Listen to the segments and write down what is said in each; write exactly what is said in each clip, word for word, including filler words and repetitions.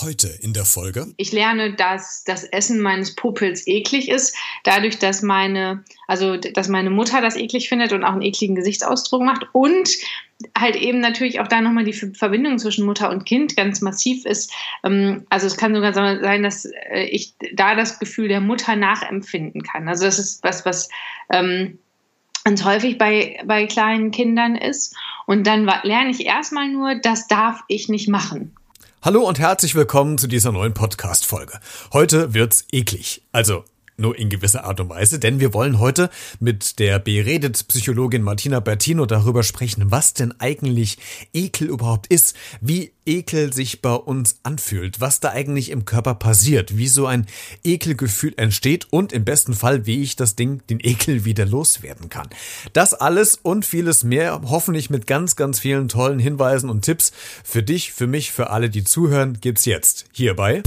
Heute in der Folge. Ich lerne, dass das Essen meines Popels eklig ist, dadurch, dass meine, also dass meine Mutter das eklig findet und auch einen ekligen Gesichtsausdruck macht und halt eben natürlich auch da nochmal die Verbindung zwischen Mutter und Kind ganz massiv ist. Also es kann sogar sein, dass ich da das Gefühl der Mutter nachempfinden kann. Also das ist was, was ähm, ganz häufig bei, bei kleinen Kindern ist. Und dann lerne ich erstmal nur, das darf ich nicht machen. Hallo und herzlich willkommen zu dieser neuen Podcast-Folge. Heute wird's eklig. Also nur in gewisser Art und Weise, denn wir wollen heute mit der Beredet-Psychologin Martina Bertino darüber sprechen, was denn eigentlich Ekel überhaupt ist, wie Ekel sich bei uns anfühlt, was da eigentlich im Körper passiert, wie so ein Ekelgefühl entsteht und im besten Fall, wie ich das Ding, den Ekel wieder loswerden kann. Das alles und vieles mehr, hoffentlich mit ganz, ganz vielen tollen Hinweisen und Tipps für dich, für mich, für alle, die zuhören, gibt's jetzt hierbei.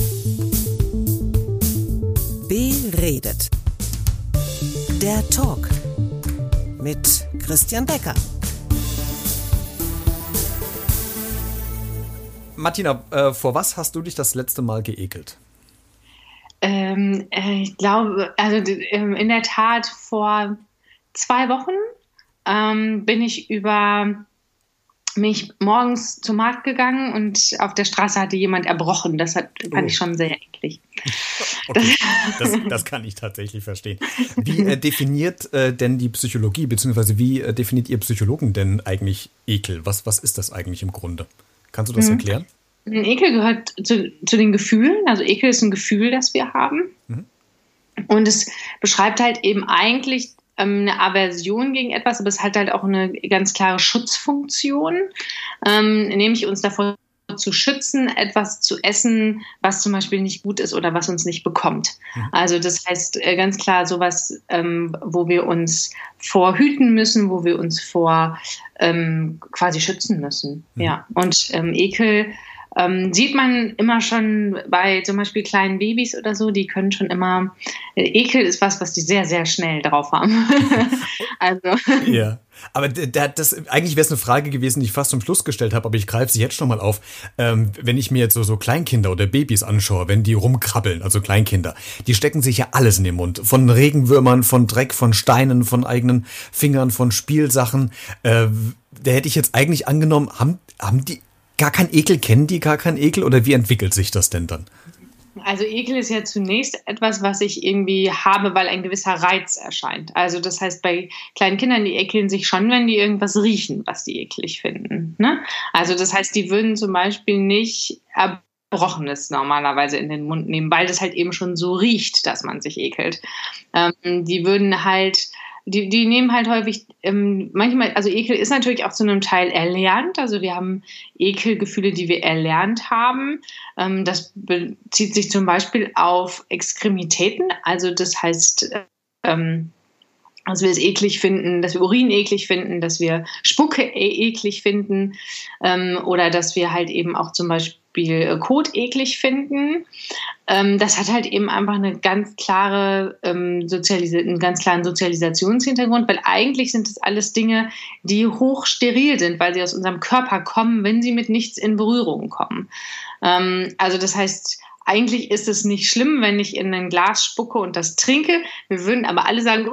Beredet. Der Talk mit Christian Becker. Martina, äh, vor was hast du dich das letzte Mal geekelt? Ähm, äh, ich glaube, also ähm, in der Tat vor zwei Wochen ähm, bin ich über mich morgens zum Markt gegangen und auf der Straße hatte jemand erbrochen. Das hat, fand oh. ich schon sehr eklig. Okay, das, das kann ich tatsächlich verstehen. Wie äh, definiert äh, denn die Psychologie, beziehungsweise wie äh, definiert ihr Psychologen denn eigentlich Ekel? Was, was ist das eigentlich im Grunde? Kannst du das mhm. erklären? Ekel gehört zu, zu den Gefühlen. Also Ekel ist ein Gefühl, das wir haben. Mhm. Und es beschreibt halt eben eigentlich eine Aversion gegen etwas, aber es hat halt auch eine ganz klare Schutzfunktion, ähm, nämlich uns davor zu schützen, etwas zu essen, was zum Beispiel nicht gut ist oder was uns nicht bekommt. Mhm. Also das heißt äh, ganz klar sowas, ähm, wo wir uns vor hüten müssen, wo wir uns vor ähm, quasi schützen müssen. Mhm. Ja. Und ähm, Ekel Ähm, sieht man immer schon bei zum Beispiel kleinen Babys oder so, die können schon immer, äh, Ekel ist was, was die sehr, sehr schnell drauf haben. Also. Ja, aber da, das, eigentlich wäre es eine Frage gewesen, die ich fast zum Schluss gestellt habe, aber ich greife sie jetzt schon mal auf. Ähm, wenn ich mir jetzt so, so Kleinkinder oder Babys anschaue, wenn die rumkrabbeln, also Kleinkinder, die stecken sich ja alles in den Mund. Von Regenwürmern, von Dreck, von Steinen, von eigenen Fingern, von Spielsachen. Äh, da hätte ich jetzt eigentlich angenommen, haben, haben die gar kein Ekel, kennen die gar keinen Ekel oder wie entwickelt sich das denn dann? Also Ekel ist ja zunächst etwas, was ich irgendwie habe, weil ein gewisser Reiz erscheint. Also das heißt, bei kleinen Kindern, die ekeln sich schon, wenn die irgendwas riechen, was die eklig finden. Ne? Also das heißt, die würden zum Beispiel nicht Erbrochenes normalerweise in den Mund nehmen, weil das halt eben schon so riecht, dass man sich ekelt. Ähm, die würden halt Die, die nehmen halt häufig, ähm, manchmal, also Ekel ist natürlich auch zu einem Teil erlernt. Also wir haben Ekelgefühle, die wir erlernt haben. Ähm, das bezieht sich zum Beispiel auf Extremitäten. Also das heißt, ähm, dass wir es eklig finden, dass wir Urin eklig finden, dass wir Spucke e- eklig finden ähm, oder dass wir halt eben auch zum Beispiel Kot eklig finden. Ähm, das hat halt eben einfach eine ganz klare, ähm, Sozialis- einen ganz klaren Sozialisationshintergrund, weil eigentlich sind das alles Dinge, die hochsteril sind, weil sie aus unserem Körper kommen, wenn sie mit nichts in Berührung kommen. Ähm, also das heißt, eigentlich ist es nicht schlimm, wenn ich in ein Glas spucke und das trinke. Wir würden aber alle sagen,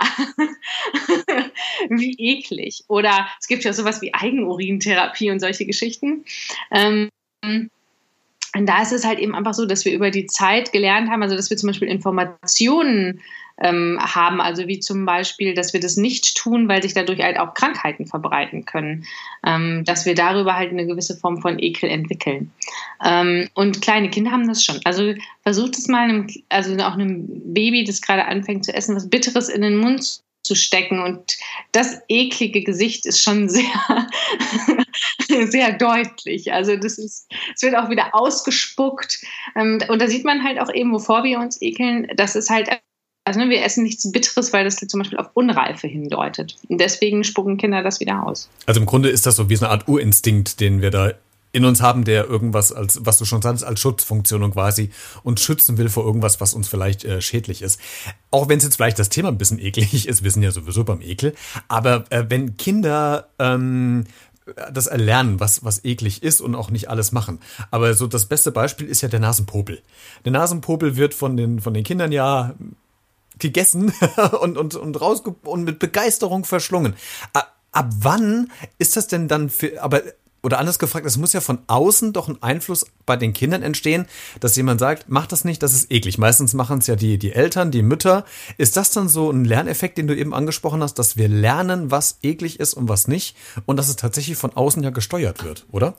wie eklig. Oder es gibt ja sowas wie Eigenurintherapie und solche Geschichten. Ähm, und da ist es halt eben einfach so, dass wir über die Zeit gelernt haben, also dass wir zum Beispiel Informationen ähm, haben, also wie zum Beispiel, dass wir das nicht tun, weil sich dadurch halt auch Krankheiten verbreiten können, ähm, dass wir darüber halt eine gewisse Form von Ekel entwickeln. Ähm, und kleine Kinder haben das schon. Also versucht es mal, einem, also auch einem Baby, das gerade anfängt zu essen, was Bitteres in den Mund zu stecken und das eklige Gesicht ist schon sehr, sehr deutlich. Also das ist, es wird auch wieder ausgespuckt und da sieht man halt auch eben, wovor wir uns ekeln, das ist halt, also wir essen nichts Bitteres, weil das zum Beispiel auf Unreife hindeutet. Und deswegen spucken Kinder das wieder aus. Also im Grunde ist das so wie so eine Art Urinstinkt, den wir da in uns haben, der irgendwas, als was du schon sagst, als Schutzfunktion und quasi uns schützen will vor irgendwas, was uns vielleicht äh, schädlich ist. Auch wenn es jetzt vielleicht das Thema ein bisschen eklig ist, wir sind ja sowieso beim Ekel, aber äh, wenn Kinder ähm, das erlernen, was, was eklig ist und auch nicht alles machen. Aber so das beste Beispiel ist ja der Nasenpopel. Der Nasenpopel wird von den, von den Kindern ja gegessen und, und, und rausge und mit Begeisterung verschlungen. Ab, ab wann ist das denn dann für, aber, oder anders gefragt, es muss ja von außen doch ein Einfluss bei den Kindern entstehen, dass jemand sagt, mach das nicht, das ist eklig. Meistens machen es ja die, die Eltern, die Mütter. Ist das dann so ein Lerneffekt, den du eben angesprochen hast, dass wir lernen, was eklig ist und was nicht und dass es tatsächlich von außen ja gesteuert wird, oder?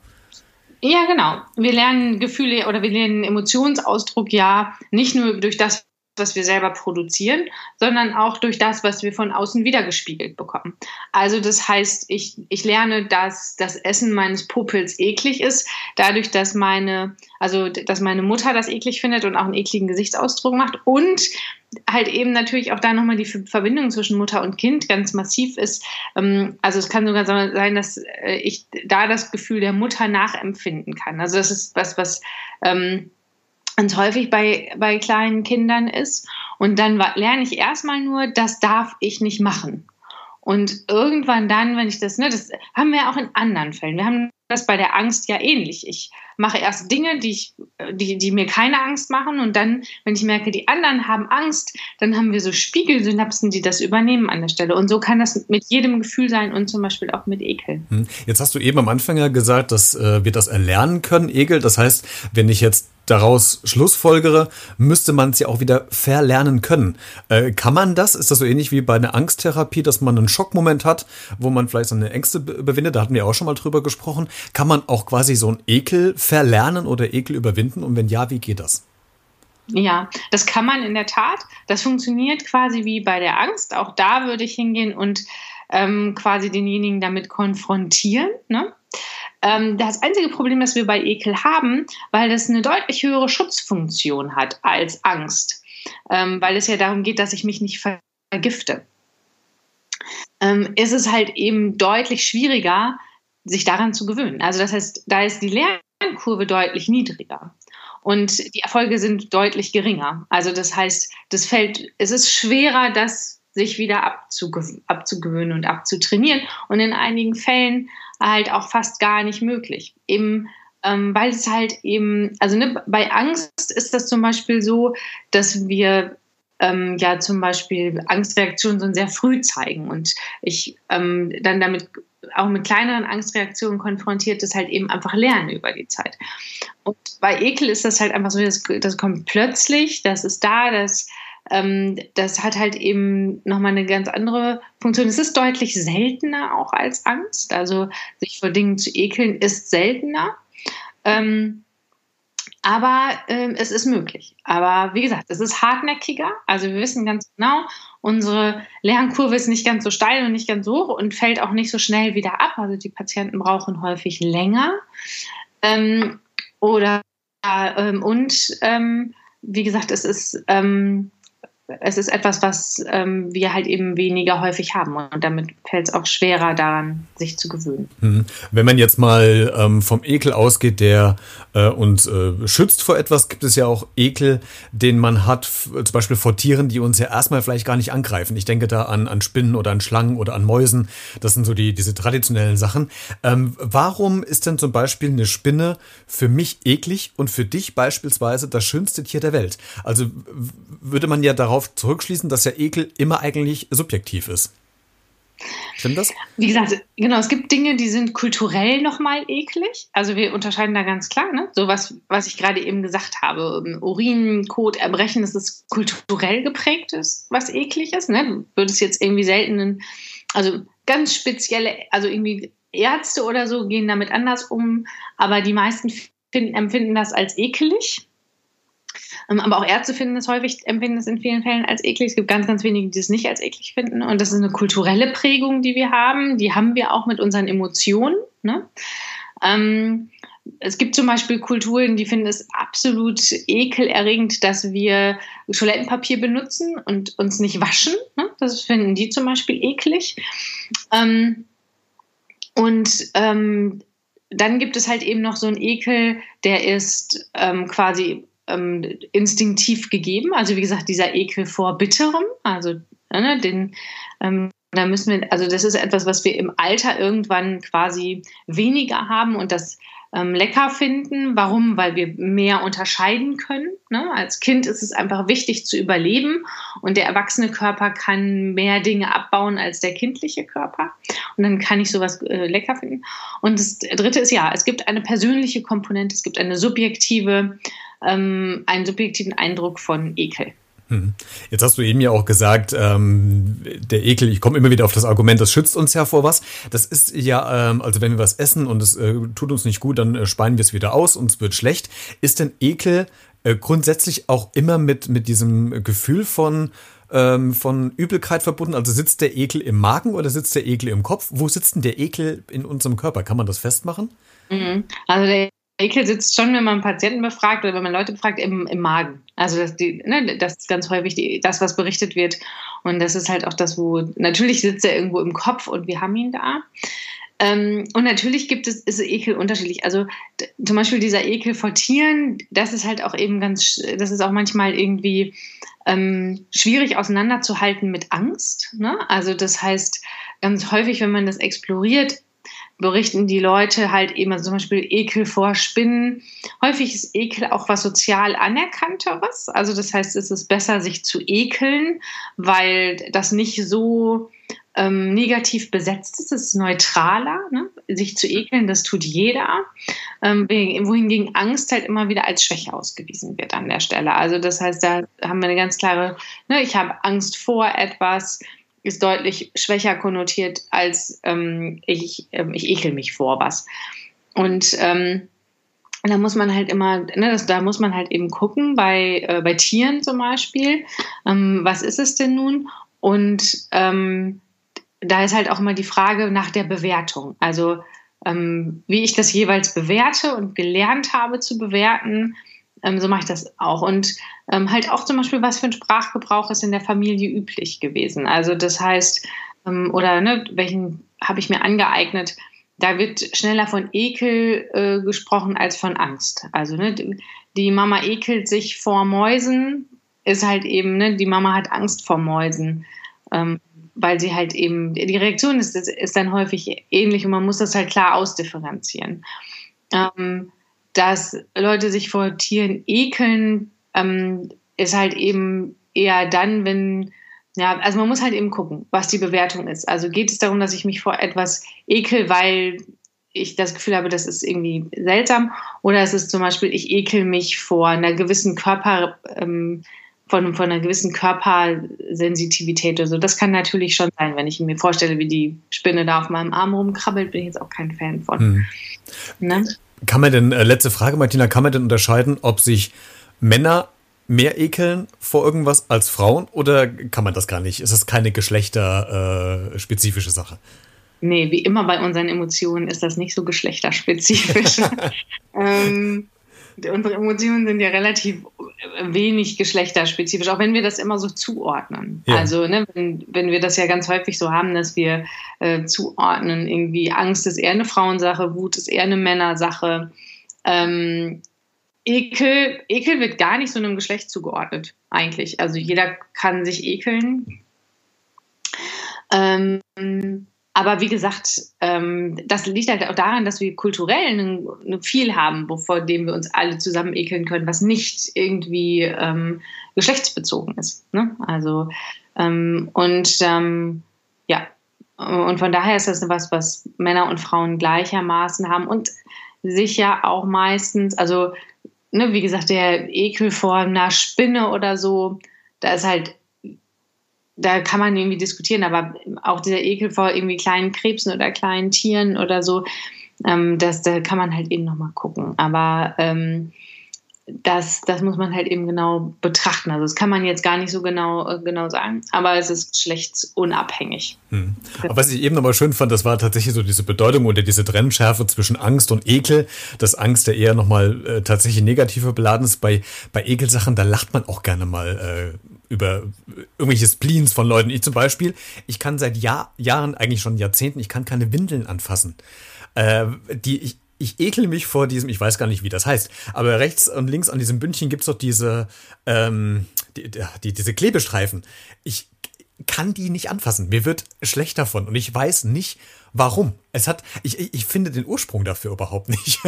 Ja, genau. Wir lernen Gefühle oder wir lernen Emotionsausdruck ja nicht nur durch das, was wir selber produzieren, sondern auch durch das, was wir von außen wiedergespiegelt bekommen. Also das heißt, ich, ich lerne, dass das Essen meines Popels eklig ist, dadurch, dass meine, also dass meine Mutter das eklig findet und auch einen ekligen Gesichtsausdruck macht und halt eben natürlich auch da nochmal die Verbindung zwischen Mutter und Kind ganz massiv ist. Also es kann sogar sein, dass ich da das Gefühl der Mutter nachempfinden kann. Also das ist was, was ähm, ganz häufig bei, bei kleinen Kindern ist. Und dann lerne ich erstmal nur, das darf ich nicht machen. Und irgendwann dann, wenn ich das, ne, das haben wir auch in anderen Fällen. Wir haben das bei der Angst ja ähnlich. Ich mache erst Dinge, die, ich, die, die mir keine Angst machen. Und dann, wenn ich merke, die anderen haben Angst, dann haben wir so Spiegelsynapsen, die das übernehmen an der Stelle. Und so kann das mit jedem Gefühl sein und zum Beispiel auch mit Ekel. Jetzt hast du eben am Anfang ja gesagt, dass äh, wir das erlernen können, Ekel. Das heißt, wenn ich jetzt daraus schlussfolgere, müsste man es ja auch wieder verlernen können. Äh, kann man das? Ist das so ähnlich wie bei einer Angsttherapie, dass man einen Schockmoment hat, wo man vielleicht seine Ängste überwindet? Da hatten wir auch schon mal drüber gesprochen. Kann man auch quasi so einen Ekel verlernen oder Ekel überwinden? Und wenn ja, wie geht das? Ja, das kann man in der Tat. Das funktioniert quasi wie bei der Angst. Auch da würde ich hingehen und ähm, quasi denjenigen damit konfrontieren, ne? Das einzige Problem, das wir bei Ekel haben, weil das eine deutlich höhere Schutzfunktion hat als Angst, weil es ja darum geht, dass ich mich nicht vergifte, ist es halt eben deutlich schwieriger, sich daran zu gewöhnen. Also das heißt, da ist die Lernkurve deutlich niedriger und die Erfolge sind deutlich geringer. Also das heißt, das fällt, es ist schwerer, das sich wieder abzuge- abzugewöhnen und abzutrainieren und in einigen Fällen halt auch fast gar nicht möglich. Eben, ähm, weil es halt eben, also ne, bei Angst ist das zum Beispiel so, dass wir ähm, ja zum Beispiel Angstreaktionen so sehr früh zeigen und ich ähm, dann damit auch mit kleineren Angstreaktionen konfrontiert, das halt eben einfach lernen über die Zeit. Und bei Ekel ist das halt einfach so, das, das kommt plötzlich, das ist da, das Das hat halt eben nochmal eine ganz andere Funktion. Es ist deutlich seltener auch als Angst. Also sich vor Dingen zu ekeln ist seltener. Ähm, aber ähm, es ist möglich. Aber wie gesagt, es ist hartnäckiger. Also wir wissen ganz genau, unsere Lernkurve ist nicht ganz so steil und nicht ganz so hoch und fällt auch nicht so schnell wieder ab. Also die Patienten brauchen häufig länger. Ähm, oder ähm, und ähm, wie gesagt, es ist ähm, Es ist etwas, was ähm, wir halt eben weniger häufig haben und damit fällt es auch schwerer daran, sich zu gewöhnen. Wenn man jetzt mal ähm, vom Ekel ausgeht, der äh, uns äh, schützt vor etwas, gibt es ja auch Ekel, den man hat, f- zum Beispiel vor Tieren, die uns ja erstmal vielleicht gar nicht angreifen. Ich denke da an, an Spinnen oder an Schlangen oder an Mäusen. Das sind so die diese traditionellen Sachen. Ähm, warum ist denn zum Beispiel eine Spinne für mich eklig und für dich beispielsweise das schönste Tier der Welt? Also w- würde man ja darauf zurückschließen, dass ja Ekel immer eigentlich subjektiv ist. Stimmt das? Wie gesagt, genau, es gibt Dinge, die sind kulturell nochmal eklig. Also wir unterscheiden da ganz klar, ne? So was, was ich gerade eben gesagt habe. Urin, Kot, Erbrechen, das ist kulturell geprägt ist, was eklig ist. Ne? Du würdest jetzt irgendwie seltenen, also ganz spezielle, also irgendwie Ärzte oder so gehen damit anders um, aber die meisten finden, empfinden das als ekelig. Aber auch Ärzte finden es häufig, empfinden es in vielen Fällen als eklig. Es gibt ganz, ganz wenige, die es nicht als eklig finden. Und das ist eine kulturelle Prägung, die wir haben. Die haben wir auch mit unseren Emotionen. Ne? Ähm, es gibt zum Beispiel Kulturen, die finden es absolut ekelerregend, dass wir Toilettenpapier benutzen und uns nicht waschen. Ne? Das finden die zum Beispiel eklig. Ähm, und ähm, dann gibt es halt eben noch so einen Ekel, der ist ähm, quasi instinktiv gegeben, also wie gesagt, dieser Ekel vor Bitterem, also ne, den, ähm, da müssen wir, also das ist etwas, was wir im Alter irgendwann quasi weniger haben und das ähm, lecker finden. Warum? Weil wir mehr unterscheiden können. Ne? Als Kind ist es einfach wichtig zu überleben und der erwachsene Körper kann mehr Dinge abbauen als der kindliche Körper. Und dann kann ich sowas äh, lecker finden. Und das Dritte ist ja, es gibt eine persönliche Komponente, es gibt eine subjektive, ähm, einen subjektiven Eindruck von Ekel. Jetzt hast du eben ja auch gesagt, ähm, der Ekel, ich komme immer wieder auf das Argument, das schützt uns ja vor was. Das ist ja, ähm, also wenn wir was essen und es äh, tut uns nicht gut, dann äh, speien wir es wieder aus, uns wird schlecht. Ist denn Ekel äh, grundsätzlich auch immer mit, mit diesem Gefühl von, ähm, von Übelkeit verbunden? Also sitzt der Ekel im Magen oder sitzt der Ekel im Kopf? Wo sitzt denn der Ekel in unserem Körper? Kann man das festmachen? Mhm. Also der Ekel sitzt schon, wenn man Patienten befragt oder wenn man Leute befragt, im, im Magen. Also das, die, ne, das ist ganz häufig die, das, was berichtet wird. Und das ist halt auch das, wo natürlich sitzt er irgendwo im Kopf und wir haben ihn da. Ähm, und natürlich gibt es ist Ekel unterschiedlich. Also d- zum Beispiel dieser Ekel vor Tieren, das ist halt auch eben ganz, das ist auch manchmal irgendwie ähm, schwierig auseinanderzuhalten mit Angst. Ne? Also das heißt, ganz häufig, wenn man das exploriert, berichten die Leute halt eben, also zum Beispiel Ekel vor Spinnen. Häufig ist Ekel auch was sozial Anerkannteres. Also das heißt, es ist besser, sich zu ekeln, weil das nicht so ähm, negativ besetzt ist. Es ist neutraler, ne? Sich zu ekeln, das tut jeder. Ähm, wohingegen Angst halt immer wieder als Schwäche ausgewiesen wird an der Stelle. Also das heißt, da haben wir eine ganz klare, ne, ich habe Angst vor etwas, ist deutlich schwächer konnotiert als ähm, ich, ähm, ich ekel mich vor was. Und ähm, da muss man halt immer, ne, das, da muss man halt eben gucken, bei, äh, bei Tieren zum Beispiel, ähm, was ist es denn nun? Und ähm, da ist halt auch immer die Frage nach der Bewertung. Also ähm, wie ich das jeweils bewerte und gelernt habe zu bewerten, Ähm, so mache ich das auch. Und ähm, halt auch zum Beispiel, was für ein Sprachgebrauch ist in der Familie üblich gewesen. Also das heißt, ähm, oder ne, welchen habe ich mir angeeignet, da wird schneller von Ekel äh, gesprochen als von Angst. Also ne, die Mama ekelt sich vor Mäusen, ist halt eben, ne, die Mama hat Angst vor Mäusen. Ähm, weil sie halt eben, die Reaktion ist, ist dann häufig ähnlich und man muss das halt klar ausdifferenzieren. Ähm, Dass Leute sich vor Tieren ekeln, ähm, ist halt eben eher dann, wenn, ja, also man muss halt eben gucken, was die Bewertung ist. Also geht es darum, dass ich mich vor etwas ekel, weil ich das Gefühl habe, das ist irgendwie seltsam, oder ist es zum Beispiel, ich ekel mich vor einer gewissen Körper, ähm, von, von einer gewissen Körpersensitivität oder so. Das kann natürlich schon sein, wenn ich mir vorstelle, wie die Spinne da auf meinem Arm rumkrabbelt, bin ich jetzt auch kein Fan von. Hm. Ne? Kann man denn, äh, letzte Frage, Martina, kann man denn unterscheiden, ob sich Männer mehr ekeln vor irgendwas als Frauen oder kann man das gar nicht? Ist das keine geschlechterspezifische äh, Sache? Nee, wie immer bei unseren Emotionen ist das nicht so geschlechterspezifisch. ähm, unsere Emotionen sind ja relativ wenig geschlechterspezifisch, auch wenn wir das immer so zuordnen. Ja. Also ne, wenn, wenn wir das ja ganz häufig so haben, dass wir äh, zuordnen, irgendwie Angst ist eher eine Frauensache, Wut ist eher eine Männersache. Ähm, Ekel, Ekel wird gar nicht so einem Geschlecht zugeordnet, eigentlich. Also jeder kann sich ekeln. Ähm, aber wie gesagt, ähm, das liegt halt auch daran, dass wir kulturell viel haben, vor dem wir uns alle zusammen ekeln können, was nicht irgendwie ähm, geschlechtsbezogen ist. Ne? Also ähm, und ähm, ja, und von daher ist das was, was Männer und Frauen gleichermaßen haben und sich ja auch meistens, also ne, wie gesagt, der Ekel vor einer Spinne oder so, da ist halt, da kann man irgendwie diskutieren, aber auch dieser Ekel vor irgendwie kleinen Krebsen oder kleinen Tieren oder so, ähm, das, da kann man halt eben nochmal gucken. Aber ähm, das, das muss man halt eben genau betrachten. Also das kann man jetzt gar nicht so genau, genau sagen, aber es ist geschlechtsunabhängig. Hm. Aber was ich eben nochmal schön fand, das war tatsächlich so diese Bedeutung oder diese Trennschärfe zwischen Angst und Ekel, dass Angst ja eher nochmal äh, tatsächlich negativer beladen ist. Bei, bei Ekelsachen, da lacht man auch gerne mal äh, über irgendwelche Spleens von Leuten. Ich zum Beispiel, ich kann seit Jahr, Jahren, eigentlich schon Jahrzehnten, ich kann keine Windeln anfassen. Äh, die ich Ich ekel mich vor diesem, ich weiß gar nicht, wie das heißt, aber rechts und links an diesem Bündchen gibt's doch diese, ähm, die, die, diese Klebestreifen. Ich, kann die nicht anfassen. Mir wird schlecht davon und ich weiß nicht, warum. Es hat, ich, ich finde den Ursprung dafür überhaupt nicht.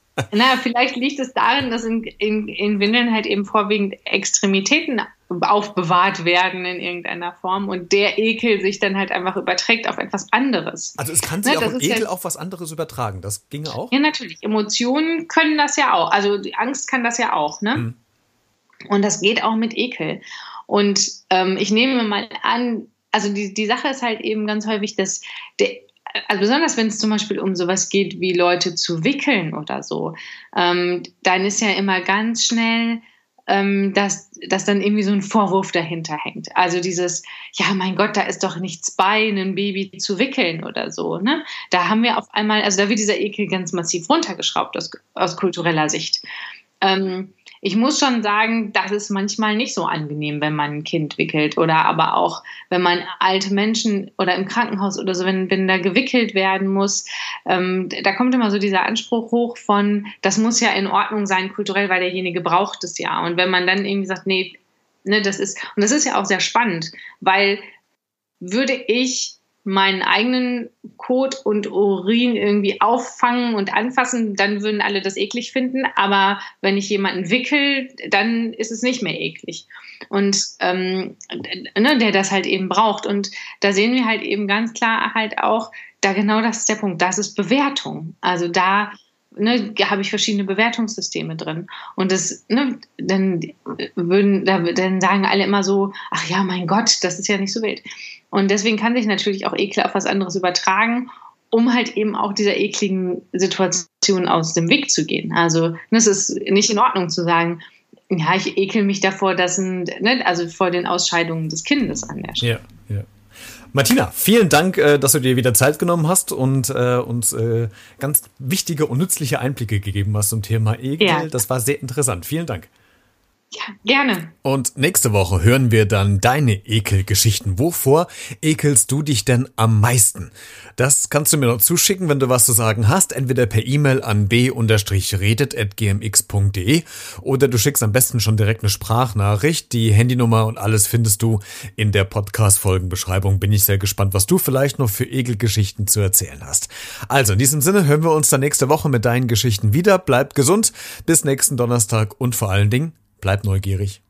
Na, vielleicht liegt es darin, dass in, in, in Windeln halt eben vorwiegend Extremitäten aufbewahrt werden in irgendeiner Form und der Ekel sich dann halt einfach überträgt auf etwas anderes. Also es kann sich ne, auch im Ekel ja, auf was anderes übertragen. Das ginge auch? Ja, natürlich. Emotionen können das ja auch. Also die Angst kann das ja auch, ne? Hm. Und das geht auch mit Ekel. Und ähm, ich nehme mal an, also die, die Sache ist halt eben ganz häufig, dass der also besonders wenn es zum Beispiel um sowas geht, wie Leute zu wickeln oder so, ähm, dann ist ja immer ganz schnell, ähm, dass, dass dann irgendwie so ein Vorwurf dahinter hängt. Also dieses, ja mein Gott, da ist doch nichts bei, ein Baby zu wickeln oder so. Ne? Da haben wir auf einmal, also da wird dieser Ekel ganz massiv runtergeschraubt aus, aus kultureller Sicht. Ähm, Ich muss schon sagen, das ist manchmal nicht so angenehm, wenn man ein Kind wickelt oder aber auch, wenn man alte Menschen oder im Krankenhaus oder so, wenn, wenn da gewickelt werden muss, ähm, da kommt immer so dieser Anspruch hoch von, das muss ja in Ordnung sein kulturell, weil derjenige braucht es ja. Und wenn man dann irgendwie sagt, nee, ne, das ist, und das ist ja auch sehr spannend, weil würde ich meinen eigenen Kot und Urin irgendwie auffangen und anfassen, dann würden alle das eklig finden. Aber wenn ich jemanden wickel, dann ist es nicht mehr eklig. Und ähm, ne, der das halt eben braucht. Und da sehen wir halt eben ganz klar halt auch, da genau das ist der Punkt, das ist Bewertung. Also da ne, habe ich verschiedene Bewertungssysteme drin. Und das, ne, dann würden, dann sagen alle immer so, ach ja, mein Gott, das ist ja nicht so wild. Und deswegen kann sich natürlich auch Ekel auf was anderes übertragen, um halt eben auch dieser ekligen Situation aus dem Weg zu gehen. Also es ist nicht in Ordnung zu sagen, ja, ich ekel mich davor, dass ein, ne, also vor den Ausscheidungen des Kindes an der Stelle. Ja, ja. Martina, vielen Dank, dass du dir wieder Zeit genommen hast und äh, uns äh, ganz wichtige und nützliche Einblicke gegeben hast zum Thema Ekel. Ja. Das war sehr interessant. Vielen Dank. Ja, gerne. Und nächste Woche hören wir dann deine Ekelgeschichten. Wovor ekelst du dich denn am meisten? Das kannst du mir noch zuschicken, wenn du was zu sagen hast, entweder per E-Mail an b redet at g m x punkt d e oder du schickst am besten schon direkt eine Sprachnachricht. Die Handynummer und alles findest du in der Podcast-Folgenbeschreibung. Bin ich sehr gespannt, was du vielleicht noch für Ekelgeschichten zu erzählen hast. Also in diesem Sinne hören wir uns dann nächste Woche mit deinen Geschichten wieder. Bleibt gesund, bis nächsten Donnerstag und vor allen Dingen bleib neugierig.